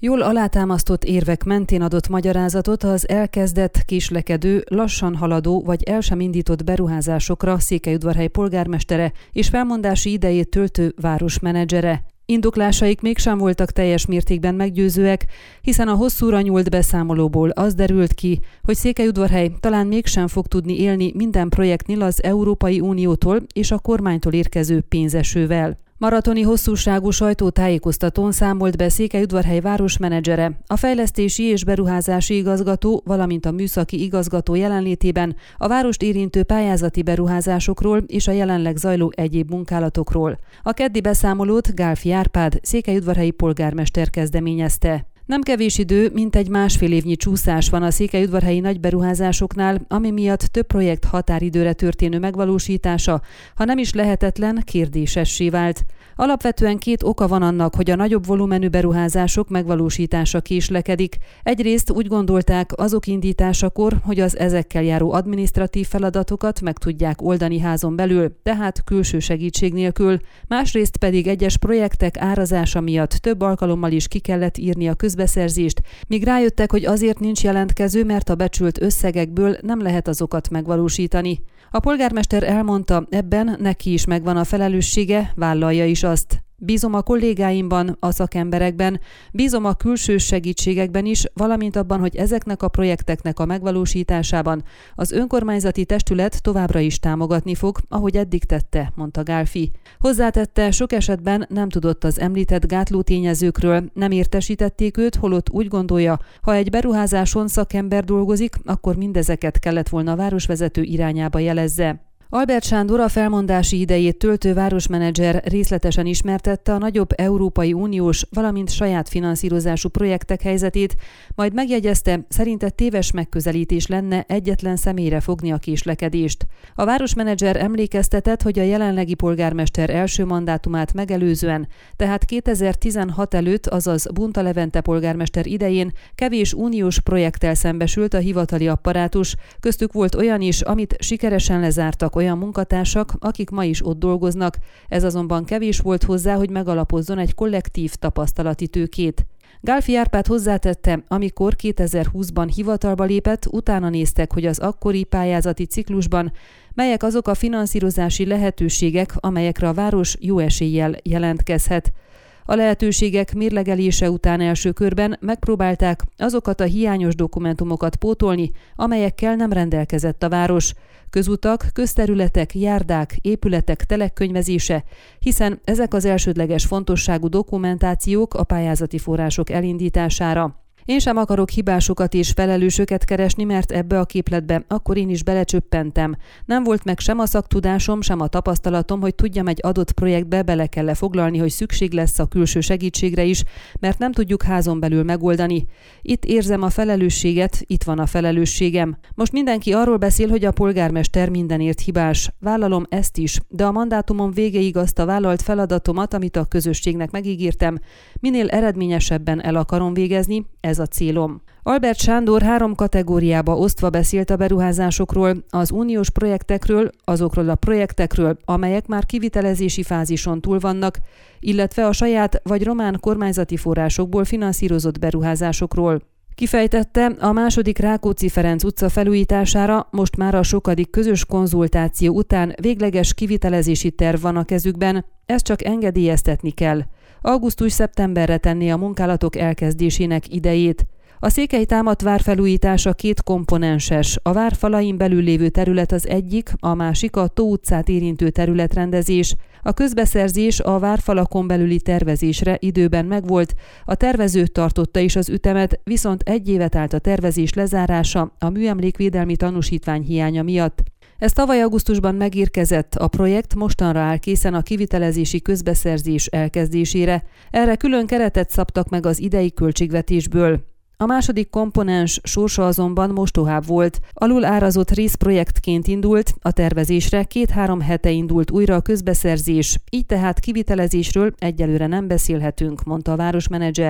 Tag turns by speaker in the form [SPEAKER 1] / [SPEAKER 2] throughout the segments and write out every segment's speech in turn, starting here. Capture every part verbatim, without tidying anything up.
[SPEAKER 1] Jól alátámasztott érvek mentén adott magyarázatot az elkezdett, késlekedő, lassan haladó vagy el sem indított beruházásokra Székelyudvarhely polgármestere és felmondási idejét töltő városmenedzsere. Indoklásaik mégsem voltak teljes mértékben meggyőzőek, hiszen a hosszúra nyúlt beszámolóból az derült ki, hogy Székelyudvarhely talán mégsem fog tudni élni minden projektnél az Európai Uniótól és a kormánytól érkező pénzesővel. Maratoni hosszúságú sajtótájékoztatón számolt be Székelyudvarhely városmenedzsere, a fejlesztési és beruházási igazgató, valamint a műszaki igazgató jelenlétében a várost érintő pályázati beruházásokról és a jelenleg zajló egyéb munkálatokról. A keddi beszámolót Gálffy Árpád, székelyudvarhelyi polgármester kezdeményezte. Nem kevés idő, mint egy másfél évnyi csúszás van a székelyudvarhelyi nagyberuházásoknál, ami miatt több projekt határidőre történő megvalósítása, ha nem is lehetetlen, kérdésessé vált. Alapvetően két oka van annak, hogy a nagyobb volumenű beruházások megvalósítása késlekedik. Egyrészt úgy gondolták azok indításakor, hogy az ezekkel járó adminisztratív feladatokat meg tudják oldani házon belül, tehát külső segítség nélkül. Másrészt pedig egyes projektek árazása miatt több alkalommal is ki kellett írni a közbeszerzést, míg rájöttek, hogy azért nincs jelentkező, mert a becsült összegekből nem lehet azokat megvalósítani. A polgármester elmondta, ebben neki is megvan a felelőssége, vállalja is azt. Bízom a kollégáimban, a szakemberekben, bízom a külső segítségekben is, valamint abban, hogy ezeknek a projekteknek a megvalósításában az önkormányzati testület továbbra is támogatni fog, ahogy eddig tette, mondta Gálffy. Hozzátette, sok esetben nem tudott az említett gátló tényezőkről, nem értesítették őt, holott úgy gondolja, ha egy beruházáson szakember dolgozik, akkor mindezeket kellett volna a városvezető irányába jelezze. Albert Sándor, a felmondási idejét töltő városmenedzser részletesen ismertette a nagyobb Európai Uniós, valamint saját finanszírozású projektek helyzetét, majd megjegyezte, szerinte téves megközelítés lenne egyetlen személyre fogni a késlekedést. A városmenedzser emlékeztetett, hogy a jelenlegi polgármester első mandátumát megelőzően, tehát kétezer-tizenhat előtt, azaz Bunta Levente polgármester idején kevés uniós projekttel szembesült a hivatali apparátus, köztük volt olyan is, amit sikeresen lezártak olyan munkatársak, akik ma is ott dolgoznak, ez azonban kevés volt hozzá, hogy megalapozzon egy kollektív tapasztalati tőkét. Gálffy Árpád hozzátette, amikor kétezer-húszban hivatalba lépett, utána néztek, hogy az akkori pályázati ciklusban melyek azok a finanszírozási lehetőségek, amelyekre a város jó eséllyel jelentkezhet. A lehetőségek mérlegelése után első körben megpróbálták azokat a hiányos dokumentumokat pótolni, amelyekkel nem rendelkezett a város. Közutak, közterületek, járdák, épületek telekönyvezése, hiszen ezek az elsődleges fontosságú dokumentációk a pályázati források elindítására. Én sem akarok hibásokat és felelősöket keresni, mert ebbe a képletbe akkor én is belecsöppentem. Nem volt meg sem a szaktudásom, sem a tapasztalatom, hogy tudjam, egy adott projektbe bele kell foglalni, hogy szükség lesz a külső segítségre is, mert nem tudjuk házon belül megoldani. Itt érzem a felelősséget, itt van a felelősségem. Most mindenki arról beszél, hogy a polgármester mindenért hibás. Vállalom ezt is, de a mandátumom végéig azt a vállalt feladatomat, amit a közösségnek megígértem, minél eredményesebben el akarom végezni. Ez a célom. Albert Sándor három kategóriába osztva beszélt a beruházásokról, az uniós projektekről, azokról a projektekről, amelyek már kivitelezési fázison túl vannak, illetve a saját vagy román kormányzati forrásokból finanszírozott beruházásokról. Kifejtette, a második Rákóczi-Ferenc utca felújítására most már a sokadik közös konzultáció után végleges kivitelezési terv van a kezükben, ezt csak engedélyeztetni kell. Augusztus-szeptemberre tenné a munkálatok elkezdésének idejét. A Székely Támadt vár felújítása két komponenses. A vár falain belül lévő terület az egyik, a másik a Tó utcát érintő területrendezés. A közbeszerzés a várfalakon belüli tervezésre időben megvolt, a tervező tartotta is az ütemet, viszont egy évet állt a tervezés lezárása a műemlékvédelmi tanúsítvány hiánya miatt. Ez tavaly augusztusban megérkezett, a projekt mostanra áll készen a kivitelezési közbeszerzés elkezdésére. Erre külön keretet szabtak meg az idei költségvetésből. A második komponens sorsa azonban mostohább volt. Alul árazott részprojektként indult, a tervezésre két-három hete indult újra a közbeszerzés, így tehát kivitelezésről egyelőre nem beszélhetünk, mondta a városmenedzser.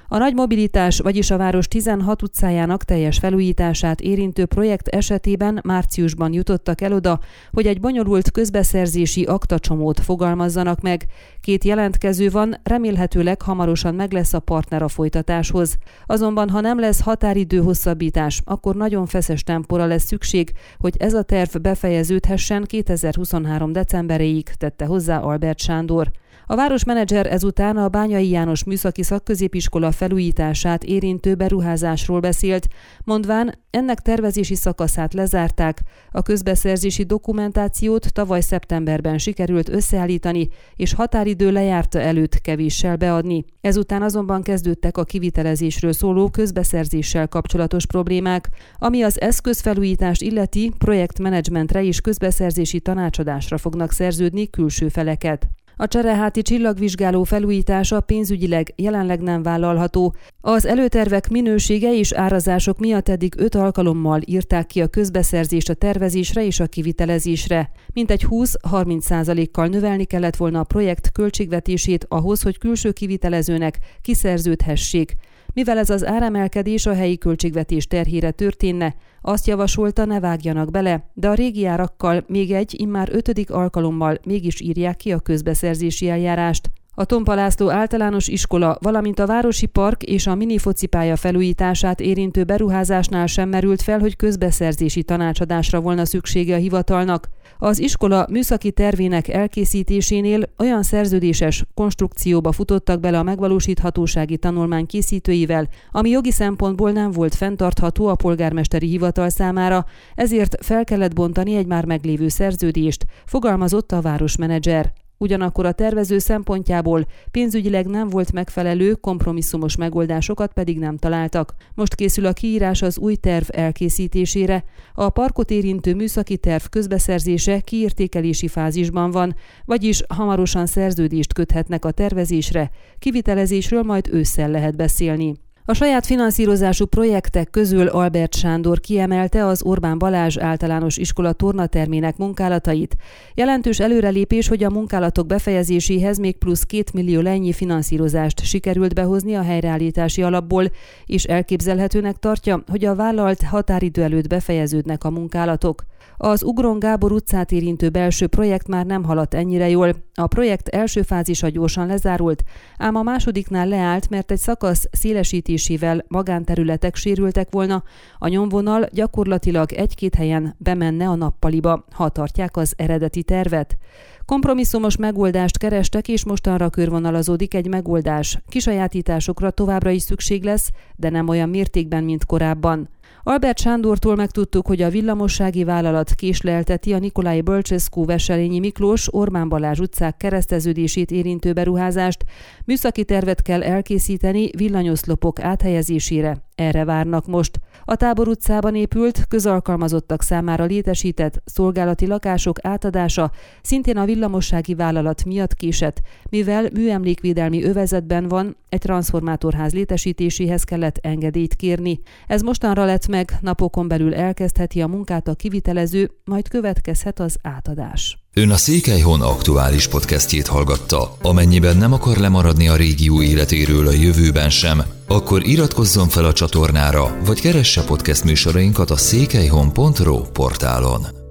[SPEAKER 1] A nagy mobilitás, vagyis a város tizenhat utcájának teljes felújítását érintő projekt esetében márciusban jutottak el oda, hogy egy bonyolult közbeszerzési aktacsomót fogalmazzanak meg. Két jelentkező van, remélhetőleg hamarosan meg lesz a partner a folytatáshoz. Azonban, ha nem lesz határidő hosszabbítás, akkor nagyon feszes tempóra lesz szükség, hogy ez a terv befejeződhessen kétezer-huszonhárom decemberéig, tette hozzá Albert Sándor. A városmenedzser ezután a Bányai János Műszaki Szakközépiskola felújítását érintő beruházásról beszélt, mondván ennek tervezési szakaszát lezárták, a közbeszerzési dokumentációt tavaly szeptemberben sikerült összeállítani, és határidő lejárta előtt kevéssel beadni. Ezután azonban kezdődtek a kivitelezésről szóló közbeszerzéssel kapcsolatos problémák, ami az eszközfelújítást illeti projektmenedzsmentre és közbeszerzési tanácsadásra fognak szerződni külső feleket. A Csereháti csillagvizsgáló felújítása pénzügyileg jelenleg nem vállalható. Az előtervek minősége és árazások miatt eddig öt alkalommal írták ki a közbeszerzést a tervezésre és a kivitelezésre. Mintegy húsz-harminc százalékkal növelni kellett volna a projekt költségvetését ahhoz, hogy külső kivitelezőnek kiszerződhessék. Mivel ez az áremelkedés a helyi költségvetés terhére történne, azt javasolta, ne vágjanak bele, de a régi árakkal még egy, immár ötödik alkalommal mégis írják ki a közbeszerzési eljárást. A Tompa László általános iskola, valamint a városi park és a mini focipálya felújítását érintő beruházásnál sem merült fel, hogy közbeszerzési tanácsadásra volna szüksége a hivatalnak. Az iskola műszaki tervének elkészítésénél olyan szerződéses konstrukcióba futottak bele a megvalósíthatósági tanulmány készítőivel, ami jogi szempontból nem volt fenntartható a polgármesteri hivatal számára, ezért fel kellett bontani egy már meglévő szerződést, fogalmazott a városmenedzser. Ugyanakkor a tervező szempontjából pénzügyileg nem volt megfelelő, kompromisszumos megoldásokat pedig nem találtak. Most készül a kiírás az új terv elkészítésére. A parkot érintő műszaki terv közbeszerzése kiértékelési fázisban van, vagyis hamarosan szerződést köthetnek a tervezésre, kivitelezésről majd ősszel lehet beszélni. A saját finanszírozású projektek közül Albert Sándor kiemelte az Orbán Balázs általános iskola tornatermének munkálatait. Jelentős előrelépés, hogy a munkálatok befejezéséhez még plusz két millió lejnyi finanszírozást sikerült behozni a helyreállítási alapból, és elképzelhetőnek tartja, hogy a vállalt határidő előtt befejeződnek a munkálatok. Az Ugron Gábor utcát érintő belső projekt már nem haladt ennyire jól. A projekt első fázisa gyorsan lezárult, ám a másodiknál leállt, mert egy szakasz szélesítésével magánterületek sérültek volna, a nyomvonal gyakorlatilag egy-két helyen bemenne a nappaliba, ha tartják az eredeti tervet. Kompromisszumos megoldást kerestek, és mostanra körvonalazódik egy megoldás. Kisajátításokra továbbra is szükség lesz, de nem olyan mértékben, mint korábban. Albert Sándortól megtudtuk, hogy a villamossági vállalat késlelteti a Nikolai Bölcseszkó, Veselényi Miklós, Orbán Balázs utcák kereszteződését érintő beruházást. Műszaki tervet kell elkészíteni villanyoszlopok áthelyezésére. Erre várnak most. A Tábor utcában épült, közalkalmazottak számára létesített szolgálati lakások átadása szintén a villamossági vállalat miatt késett, mivel műemlékvédelmi övezetben van, egy transformátorház létesítéséhez kellett engedélyt kérni. Ez mostanra lett meg, napokon belül elkezdheti a munkát a kivitelező, majd következhet az átadás.
[SPEAKER 2] Ön a Székelyhon aktuális podcastjét hallgatta. Amennyiben nem akar lemaradni a régió életéről a jövőben sem, akkor iratkozzon fel a csatornára, vagy keresse podcast műsorainkat a székelyhon pont ro portálon.